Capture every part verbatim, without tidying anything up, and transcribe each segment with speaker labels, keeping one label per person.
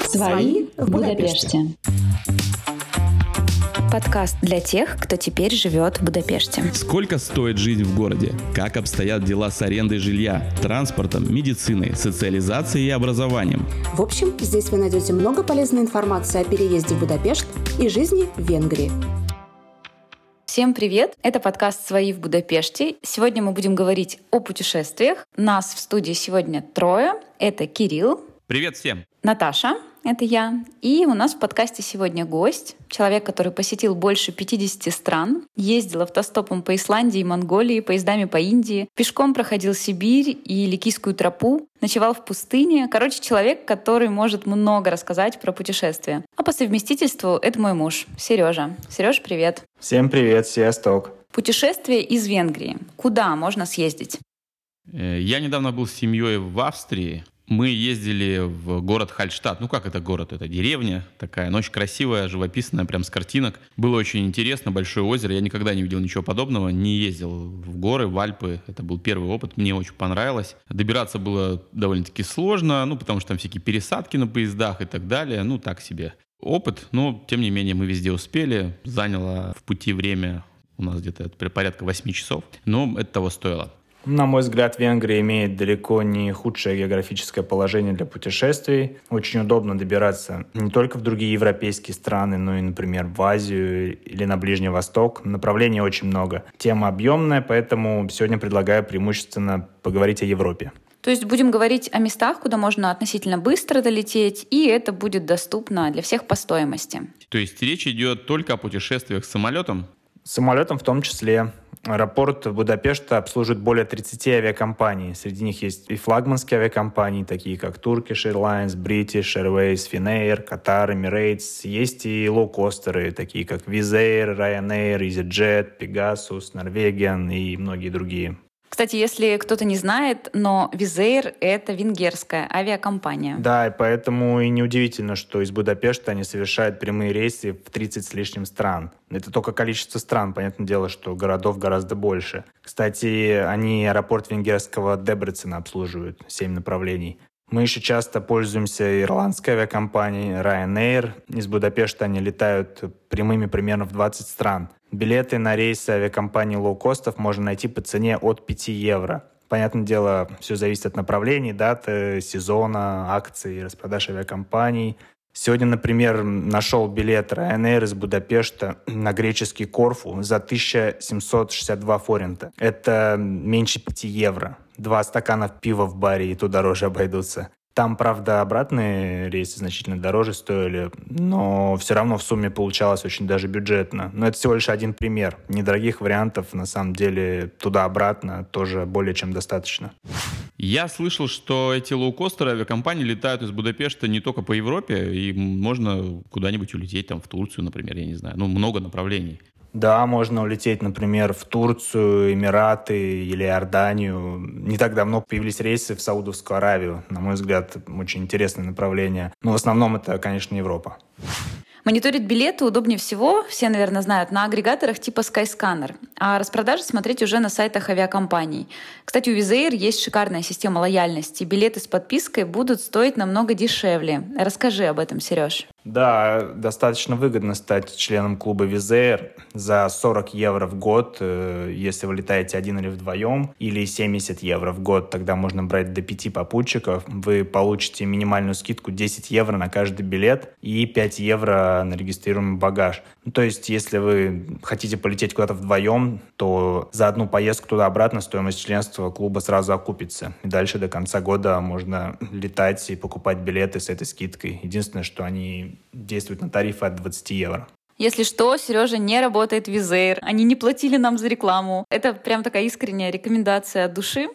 Speaker 1: Свои в Будапеште.
Speaker 2: Подкаст для тех, кто теперь живет в Будапеште.
Speaker 3: Сколько стоит жизнь в городе? Как обстоят дела с арендой жилья, транспортом, медициной, социализацией и образованием?
Speaker 1: В общем, здесь вы найдете много полезной информации о переезде в Будапешт и жизни в Венгрии.
Speaker 2: Всем привет! Это подкаст «Свои в Будапеште». Сегодня мы будем говорить о путешествиях. Нас в студии сегодня трое. Это Кирилл.
Speaker 3: Привет всем!
Speaker 2: Наташа. Это я. И у нас в подкасте сегодня гость, человек, который посетил больше пятидесяти стран, ездил автостопом по Исландии и Монголии, поездами по Индии, пешком проходил Сибирь и Ликийскую тропу, ночевал в пустыне. Короче, человек, который может много рассказать про путешествия. А по совместительству это мой муж, Сережа. Сереж, привет.
Speaker 4: Всем привет, Сиасток.
Speaker 2: Путешествие из Венгрии. Куда можно съездить?
Speaker 3: Я недавно был с семьей в Австрии. Мы ездили в город Хальштадт. Ну как это город? Это деревня такая, но очень красивая, живописная, прям с картинок. Было очень интересно, большое озеро. Я никогда не видел ничего подобного. Не ездил в горы, в Альпы. Это был первый опыт. Мне очень понравилось. Добираться было довольно-таки сложно, ну потому что там всякие пересадки на поездах и так далее. Ну так себе опыт. Но тем не менее мы везде успели. Заняло в пути время у нас где-то порядка восемь часов. Но это того стоило.
Speaker 4: На мой взгляд, Венгрия имеет далеко не худшее географическое положение для путешествий. Очень удобно добираться не только в другие европейские страны, но и, например, в Азию или на Ближний Восток. Направлений очень много. Тема объемная, поэтому сегодня предлагаю преимущественно поговорить о Европе.
Speaker 2: То есть будем говорить о местах, куда можно относительно быстро долететь, и это будет доступно для всех по стоимости.
Speaker 3: То есть речь идет только о путешествиях с самолетом?
Speaker 4: С самолетом в том числе. Аэропорт Будапешта обслуживает более тридцати авиакомпаний. Среди них есть и флагманские авиакомпании, такие как Turkish Airlines, British Airways, Finnair, Qatar, Emirates. Есть и лоукостеры, такие как Wizz Air, Ryanair, EasyJet, Pegasus, Norwegian и многие другие.
Speaker 2: Кстати, если кто-то не знает, но Wizz Air — это венгерская авиакомпания.
Speaker 4: Да, и поэтому и неудивительно, что из Будапешта они совершают прямые рейсы в тридцать с лишним стран. Это только количество стран, понятное дело, что городов гораздо больше. Кстати, они аэропорт венгерского Дебрецена обслуживают, семь направлений. Мы еще часто пользуемся ирландской авиакомпанией Ryanair. Из Будапешта они летают прямыми примерно в двадцать стран. Билеты на рейсы авиакомпании лоукостов можно найти по цене от пяти евро. Понятное дело, все зависит от направлений, даты, сезона, акций, распродаж авиакомпаний. Сегодня, например, нашел билет Ryanair из Будапешта на греческий Корфу за тысяча семьсот шестьдесят два форинта. Это меньше пяти евро. Два стакана пива в баре и то дороже обойдутся. Там, правда, обратные рейсы значительно дороже стоили, но все равно в сумме получалось очень даже бюджетно. Но это всего лишь один пример. Недорогих вариантов, на самом деле, туда-обратно тоже более чем достаточно.
Speaker 3: Я слышал, что эти лоукостеры авиакомпании летают из Будапешта не только по Европе, и можно куда-нибудь улететь, там, в Турцию, например, я не знаю. Ну, много направлений.
Speaker 4: Да, можно улететь, например, в Турцию, Эмираты или Иорданию. Не так давно появились рейсы в Саудовскую Аравию. На мой взгляд, очень интересное направление. Но в основном это, конечно, Европа.
Speaker 2: Мониторить билеты удобнее всего, все, наверное, знают, на агрегаторах типа Skyscanner, а распродажи смотреть уже на сайтах авиакомпаний. Кстати, у Wizz Air есть шикарная система лояльности. Билеты с подпиской будут стоить намного дешевле. Расскажи об этом, Сереж.
Speaker 4: Да, достаточно выгодно стать членом клуба Wizz Air за сорок евро в год, если вы летаете один или вдвоем, или семьдесят евро в год, тогда можно брать до пяти попутчиков. Вы получите минимальную скидку десять евро на каждый билет и пять евро на регистрируемый багаж. Ну, то есть, если вы хотите полететь куда-то вдвоем, то за одну поездку туда-обратно стоимость членства клуба сразу окупится. И дальше до конца года можно летать и покупать билеты с этой скидкой. Единственное, что они действуют на тарифы от двадцати евро.
Speaker 2: Если что, Сережа не работает в Wizz Air. Они не платили нам за рекламу. Это прям такая искренняя рекомендация от души.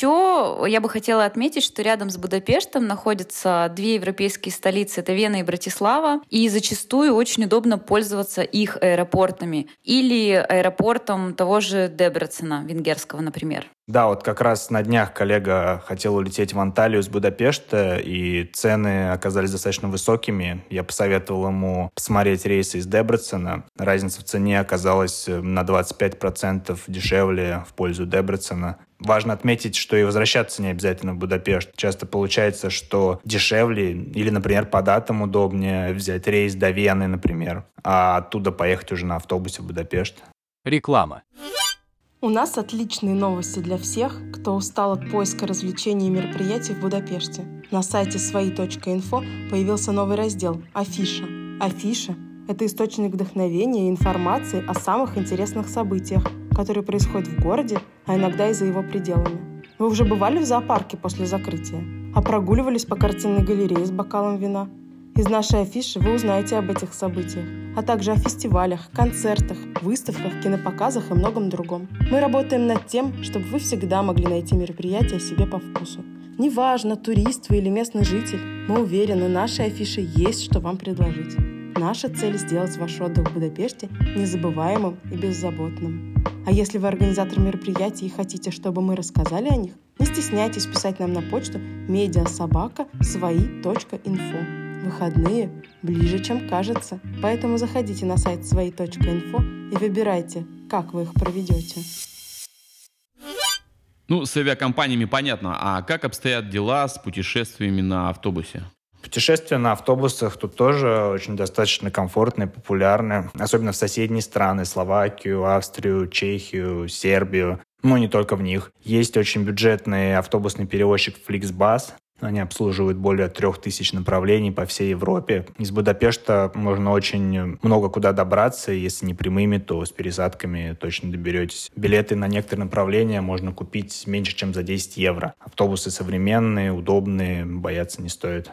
Speaker 2: Еще я бы хотела отметить, что рядом с Будапештом находятся две европейские столицы. Это Вена и Братислава. И зачастую очень удобно пользоваться их аэропортами. Или аэропортом того же Дебрецена, венгерского, например.
Speaker 4: Да, вот как раз на днях коллега хотел улететь в Анталию из Будапешта, и цены оказались достаточно высокими. Я посоветовал ему посмотреть рейсы из Дебрецена. Разница в цене оказалась на двадцать пять процентов дешевле в пользу Дебрецена. Важно отметить, что и возвращаться не обязательно в Будапешт. Часто получается, что дешевле или, например, по датам удобнее взять рейс до Вены, например, а оттуда поехать уже на автобусе в Будапешт.
Speaker 5: Реклама.
Speaker 6: У нас отличные новости для всех, кто устал от поиска развлечений и мероприятий в Будапеште. На сайте свои точка инфо появился новый раздел «Афиша». Афиша – это источник вдохновения и информации о самых интересных событиях, которые происходят в городе, а иногда и за его пределами. Вы уже бывали в зоопарке после закрытия? А прогуливались по картинной галерее с бокалом вина? Из нашей афиши вы узнаете об этих событиях, а также о фестивалях, концертах, выставках, кинопоказах и многом другом. Мы работаем над тем, чтобы вы всегда могли найти мероприятие себе по вкусу. Неважно, турист вы или местный житель, мы уверены, нашей афише есть что вам предложить. Наша цель – сделать ваш отдых в Будапеште незабываемым и беззаботным. А если вы организатор мероприятий и хотите, чтобы мы рассказали о них, не стесняйтесь писать нам на почту медиасобака свои точка инфо. Выходные ближе, чем кажется, поэтому заходите на сайт свои точка инфо и выбирайте, как вы их проведете.
Speaker 3: Ну, с авиакомпаниями понятно. А как обстоят дела с путешествиями на автобусе?
Speaker 4: Путешествия на автобусах тут тоже очень достаточно комфортные, популярны, особенно в соседние страны – Словакию, Австрию, Чехию, Сербию. Ну, не только в них. Есть очень бюджетный автобусный перевозчик Flixbus. Они обслуживают более трех тысяч направлений по всей Европе. Из Будапешта можно очень много куда добраться. Если не прямыми, то с пересадками точно доберетесь. Билеты на некоторые направления можно купить меньше, чем за десять евро. Автобусы современные, удобные, бояться не стоит.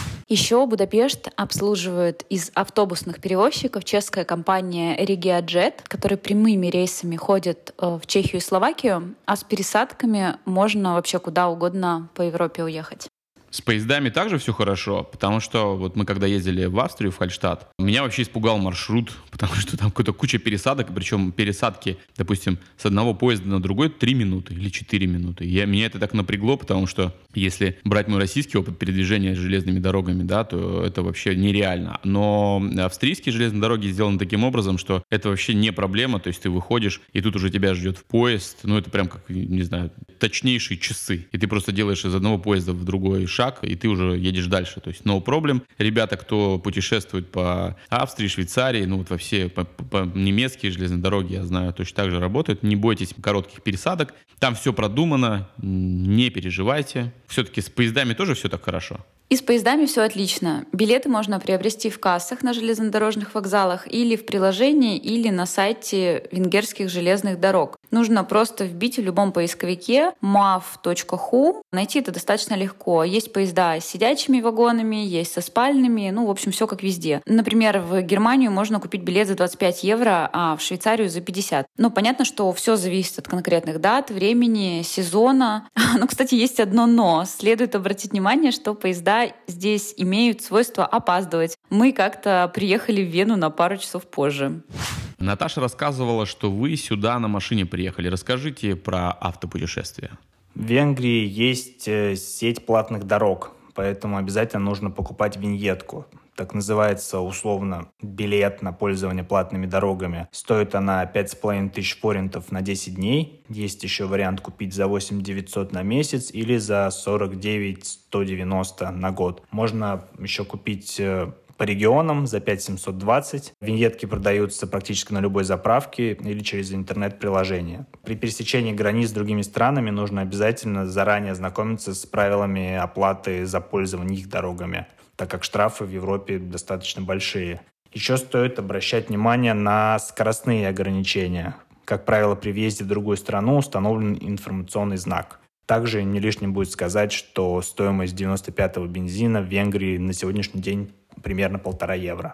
Speaker 2: Еще Будапешт обслуживает из автобусных перевозчиков чешская компания RegioJet, которая прямыми рейсами ходит в Чехию и Словакию, а с пересадками можно вообще куда угодно по Европе уехать.
Speaker 3: С поездами также все хорошо, потому что вот мы когда ездили в Австрию, в Хальштадт, меня вообще испугал маршрут, потому что там какая-то куча пересадок, причем пересадки, допустим, с одного поезда на другой три минуты или четыре минуты. Я, меня это так напрягло, потому что если брать мой российский опыт передвижения железными дорогами, да, то это вообще нереально. Но австрийские железные дороги сделаны таким образом, что это вообще не проблема, то есть ты выходишь, и тут уже тебя ждет в поезд, ну это прям как, не знаю, точнейшие часы, и ты просто делаешь из одного поезда в другой шаг, и ты уже едешь дальше. То есть no problem. Ребята, кто путешествует по Австрии, Швейцарии, ну вот во все по, по немецкие железные дороги, я знаю, точно так же работают. Не бойтесь коротких пересадок. Там все продумано, не переживайте. Все-таки с поездами тоже все так хорошо.
Speaker 2: И с поездами все отлично. Билеты можно приобрести в кассах на железнодорожных вокзалах или в приложении, или на сайте венгерских железных дорог. Нужно просто вбить в любом поисковике мав точка ху. Найти это достаточно легко. Есть поезда с сидячими вагонами, есть со спальными, ну, в общем, все как везде. Например, в Германию можно купить билет за двадцать пять евро, а в Швейцарию за пятьдесят. Но понятно, что все зависит от конкретных дат, времени, сезона. Ну, кстати, есть одно но. Следует обратить внимание, что поезда здесь имеют свойство опаздывать. Мы как-то приехали в Вену на пару часов позже.
Speaker 3: Наташа рассказывала, что вы сюда на машине приехали. Расскажите про автопутешествия.
Speaker 4: В Венгрии есть сеть платных дорог, поэтому обязательно нужно покупать виньетку. Так называется условно билет на пользование платными дорогами. Стоит она пять с половиной тысяч форинтов на десять дней. Есть еще вариант купить за восемь тысяч девятьсот на месяц или за сорок девять тысяч сто девяносто на год. Можно еще купить по регионам за пять тысяч семьсот двадцать. Виньетки продаются практически на любой заправке или через интернет-приложение. При пересечении границ с другими странами нужно обязательно заранее ознакомиться с правилами оплаты за пользование их дорогами, так как штрафы в Европе достаточно большие. Еще стоит обращать внимание на скоростные ограничения. Как правило, при въезде в другую страну установлен информационный знак. Также не лишним будет сказать, что стоимость девяносто пятого бензина в Венгрии на сегодняшний день примерно полтора евро.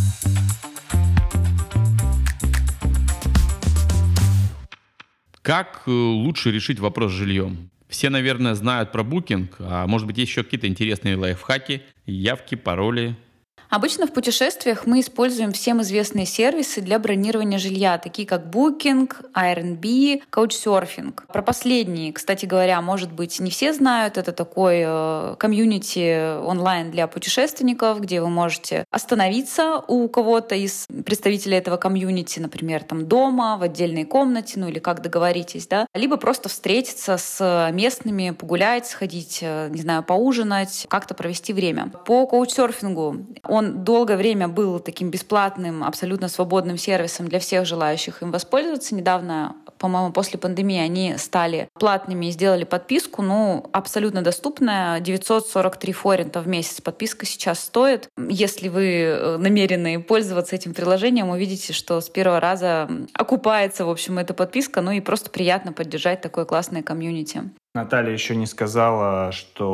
Speaker 3: Как лучше решить вопрос с жильем? Все, наверное, знают про Booking, а может быть, есть еще какие-то интересные лайфхаки, явки, пароли.
Speaker 2: Обычно в путешествиях мы используем всем известные сервисы для бронирования жилья, такие как Booking, Airbnb, Couchsurfing. Про последние, кстати говоря, может быть, не все знают. Это такой э, комьюнити онлайн для путешественников, где вы можете остановиться у кого-то из представителей этого комьюнити, например, там дома, в отдельной комнате, ну или как договоритесь, да, либо просто встретиться с местными, погулять, сходить, не знаю, поужинать, как-то провести время. По Couchsurfing он долгое время был таким бесплатным, абсолютно свободным сервисом для всех желающих им воспользоваться. Недавно, по-моему, после пандемии они стали платными и сделали подписку, ну, абсолютно доступная, девятьсот сорок три форинта в месяц подписка сейчас стоит. Если вы намерены пользоваться этим приложением, увидите, что с первого раза окупается, в общем, эта подписка, ну и просто приятно поддержать такое классное комьюнити.
Speaker 4: Наталья еще не сказала,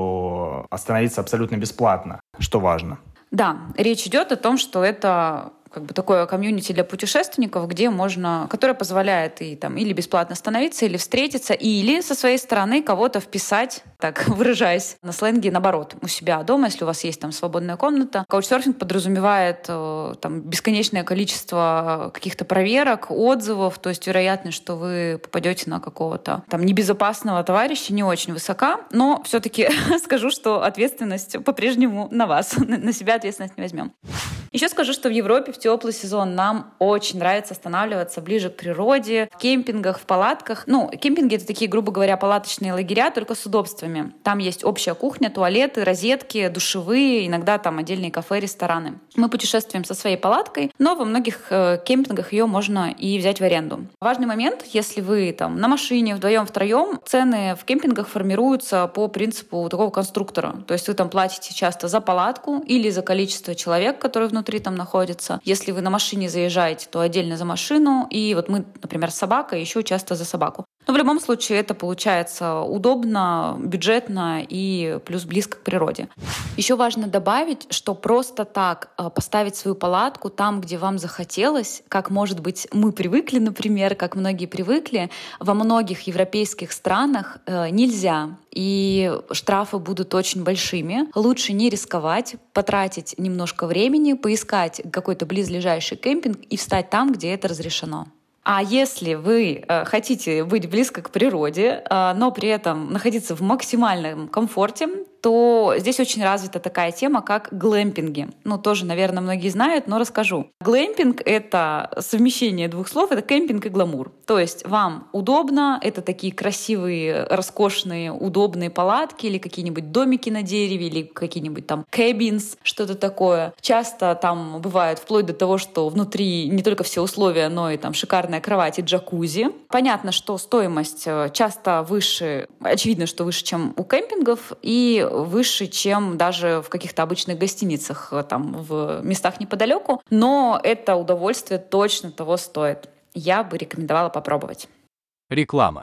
Speaker 4: что остановиться абсолютно бесплатно, что важно.
Speaker 2: Да, речь идет о том, что это как бы такое комьюнити для путешественников, где можно, которое позволяет и там или бесплатно остановиться, или встретиться, или со своей стороны кого-то вписать, так выражаясь на сленге, наоборот, у себя дома, если у вас есть там свободная комната. Каучсерфинг подразумевает э, там бесконечное количество каких-то проверок, отзывов, то есть вероятность, что вы попадете на какого-то там небезопасного товарища, не очень высока, но все-таки скажу, что ответственность по-прежнему на вас, на себя ответственность не возьмем. Еще скажу, что в Европе в теплый сезон нам очень нравится останавливаться ближе к природе, в кемпингах, в палатках. Ну, кемпинги — это такие, грубо говоря, палаточные лагеря, только с удобствами. Там есть общая кухня, туалеты, розетки, душевые, иногда там отдельные кафе, рестораны. Мы путешествуем со своей палаткой, но во многих э, кемпингах ее можно и взять в аренду. Важный момент, если вы там на машине вдвоем, втроем, цены в кемпингах формируются по принципу такого конструктора. То есть вы там платите часто за палатку или за количество человек, которые внутри там находятся. Если вы на машине заезжаете, то отдельно за машину. И вот мы, например, с собакой, еще часто за собаку. Но в любом случае это получается удобно, бюджетно и плюс близко к природе. Еще важно добавить, что просто так поставить свою палатку там, где вам захотелось, как, может быть, мы привыкли, например, как многие привыкли, во многих европейских странах нельзя. И штрафы будут очень большими. Лучше не рисковать, потратить немножко времени, поискать какой-то близлежащий кемпинг и встать там, где это разрешено. А если вы э, хотите быть близко к природе, э, но при этом находиться в максимальном комфорте, то здесь очень развита такая тема, как глэмпинги. Ну, тоже, наверное, многие знают, но расскажу. Глэмпинг — это совмещение двух слов, это кемпинг и гламур. То есть вам удобно, это такие красивые, роскошные, удобные палатки или какие-нибудь домики на дереве, или какие-нибудь там cabins, что-то такое. Часто там бывает вплоть до того, что внутри не только все условия, но и там шикарная кровать и джакузи. Понятно, что стоимость часто выше, очевидно, что выше, чем у кемпингов, и выше, чем даже в каких-то обычных гостиницах там в местах неподалеку, но это удовольствие точно того стоит. Я бы рекомендовала попробовать.
Speaker 5: Реклама.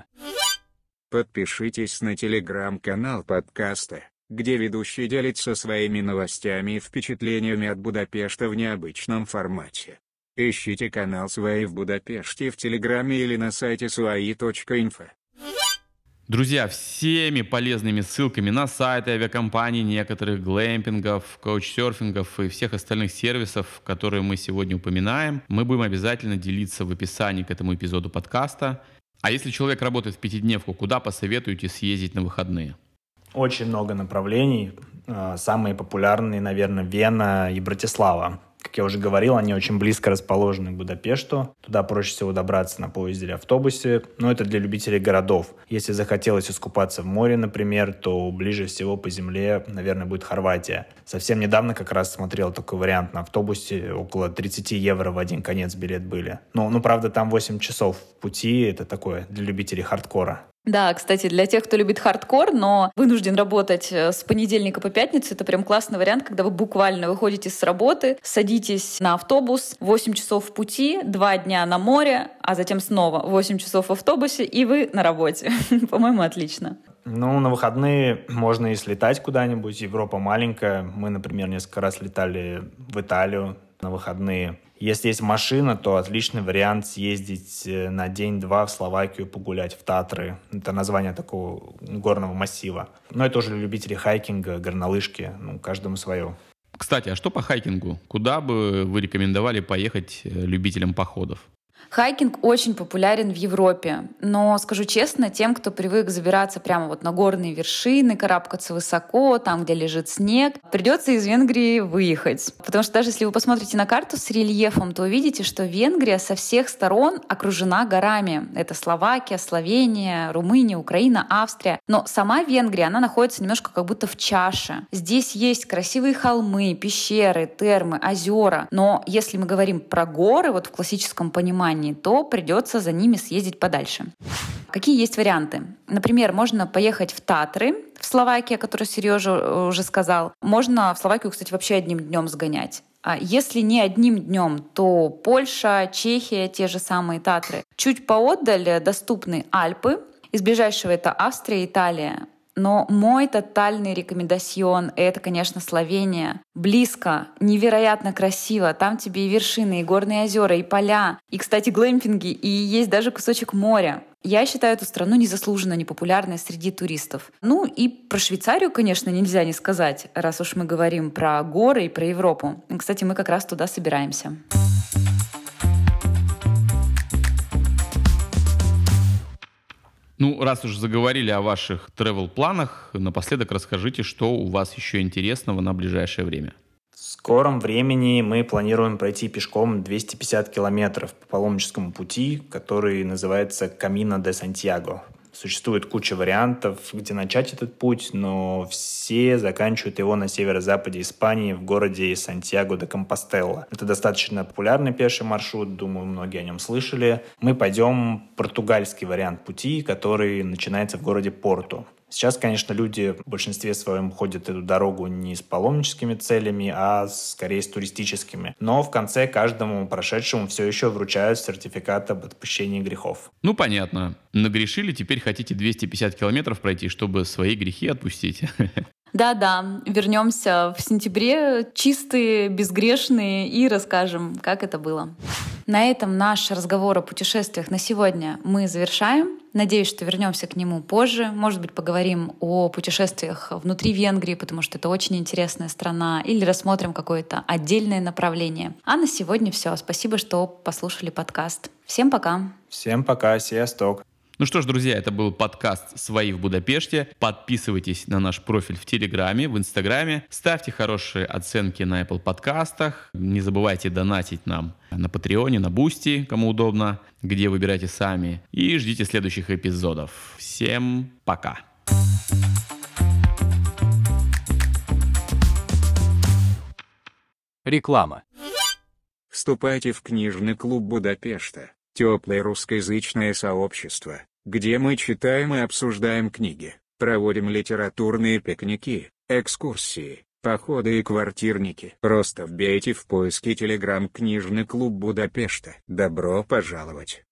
Speaker 7: Подпишитесь на телеграм-канал подкаста, где ведущий делится своими новостями и впечатлениями от Будапешта в необычном формате. Ищите канал «Свои в Будапеште» в Телеграме или на сайте свои точка инфо.
Speaker 3: Друзья, всеми полезными ссылками на сайты авиакомпаний, некоторых глэмпингов, коучсерфингов и всех остальных сервисов, которые мы сегодня упоминаем, мы будем обязательно делиться в описании к этому эпизоду подкаста. А если человек работает в пятидневку, куда посоветуете съездить на выходные?
Speaker 4: Очень много направлений. Самые популярные, наверное, Вена и Братислава. Как я уже говорил, они очень близко расположены к Будапешту. Туда проще всего добраться на поезде или автобусе. Но это для любителей городов. Если захотелось искупаться в море, например, то ближе всего по земле, наверное, будет Хорватия. Совсем недавно как раз смотрел такой вариант на автобусе. Около тридцать евро в один конец билет были. Ну, ну, правда, там восемь часов пути. Это такое для любителей хардкора.
Speaker 2: Да, кстати, для тех, кто любит хардкор, но вынужден работать с понедельника по пятницу, это прям классный вариант, когда вы буквально выходите с работы, садитесь на автобус, восемь часов в пути, два дня на море, а затем снова восемь часов в автобусе, и вы на работе. По-моему, отлично.
Speaker 4: Ну, на выходные можно и слетать куда-нибудь. Европа маленькая. Мы, например, несколько раз летали в Италию на выходные. Если есть машина, то отличный вариант съездить на день-два в Словакию, погулять в Татры. Это название такого горного массива. Но это уже для любителей хайкинга, горнолыжки. Ну, каждому свое.
Speaker 3: Кстати, а что по хайкингу? Куда бы вы рекомендовали поехать любителям походов?
Speaker 2: Хайкинг очень популярен в Европе, но, скажу честно, тем, кто привык забираться прямо вот на горные вершины, карабкаться высоко, там, где лежит снег, придется из Венгрии выехать. Потому что даже если вы посмотрите на карту с рельефом, то увидите, что Венгрия со всех сторон окружена горами. Это Словакия, Словения, Румыния, Украина, Австрия. Но сама Венгрия, она находится немножко как будто в чаше. Здесь есть красивые холмы, пещеры, термы, озера. Но если мы говорим про горы, вот в классическом понимании, то придется за ними съездить подальше. Какие есть варианты? Например, можно поехать в Татры, в Словакии, о которой Сережа уже сказал. Можно в Словакию, кстати, вообще одним днем сгонять. А если не одним днем, то Польша, Чехия, те же самые Татры. Чуть поотдаль доступны Альпы. Из ближайшего это Австрия, Италия. Но мой тотальный рекомендацион — это, конечно, Словения. Близко, невероятно красиво. Там тебе и вершины, и горные озера, и поля, и, кстати, глэмпинги, и есть даже кусочек моря. Я считаю эту страну незаслуженно непопулярной среди туристов. Ну и про Швейцарию, конечно, нельзя не сказать, раз уж мы говорим про горы и про Европу. Кстати, мы как раз туда собираемся.
Speaker 3: Ну, раз уж заговорили о ваших тревел-планах, напоследок расскажите, что у вас еще интересного на ближайшее время.
Speaker 4: В скором времени мы планируем пройти пешком двести пятьдесят километров по паломническому пути, который называется Камино де Сантьяго. Существует куча вариантов, где начать этот путь, но все заканчивают его на северо-западе Испании, в городе Сантьяго де Компостела. Это достаточно популярный пеший маршрут, думаю, многие о нем слышали. Мы пойдем португальский вариант пути, который начинается в городе Порту. Сейчас, конечно, люди в большинстве своем ходят эту дорогу не с паломническими целями, а скорее с туристическими. Но в конце каждому прошедшему все еще вручают сертификат об отпущении грехов.
Speaker 3: Ну, понятно. Нагрешили, теперь хотите двести пятьдесят километров пройти, чтобы свои грехи отпустить.
Speaker 2: Да-да, вернемся в сентябре, чистые, безгрешные, и расскажем, как это было. На этом наш разговор о путешествиях на сегодня мы завершаем. Надеюсь, что вернемся к нему позже. Может быть, поговорим о путешествиях внутри Венгрии, потому что это очень интересная страна, или рассмотрим какое-то отдельное направление. А на сегодня все. Спасибо, что послушали подкаст. Всем пока.
Speaker 4: Всем пока, сиасток.
Speaker 3: Ну что ж, друзья, это был подкаст «Свои в Будапеште». Подписывайтесь на наш профиль в Телеграме, в Инстаграме. Ставьте хорошие оценки на Apple подкастах. Не забывайте донатить нам на Патреоне, на Бусти, кому удобно, где выбирайте сами. И ждите следующих эпизодов. Всем пока!
Speaker 5: Реклама.
Speaker 7: Вступайте в книжный клуб Будапешта. Теплое русскоязычное сообщество, где мы читаем и обсуждаем книги, проводим литературные пикники, экскурсии, походы и квартирники. Просто вбейте в поиске Telegram «Книжный клуб Будапешта». Добро пожаловать!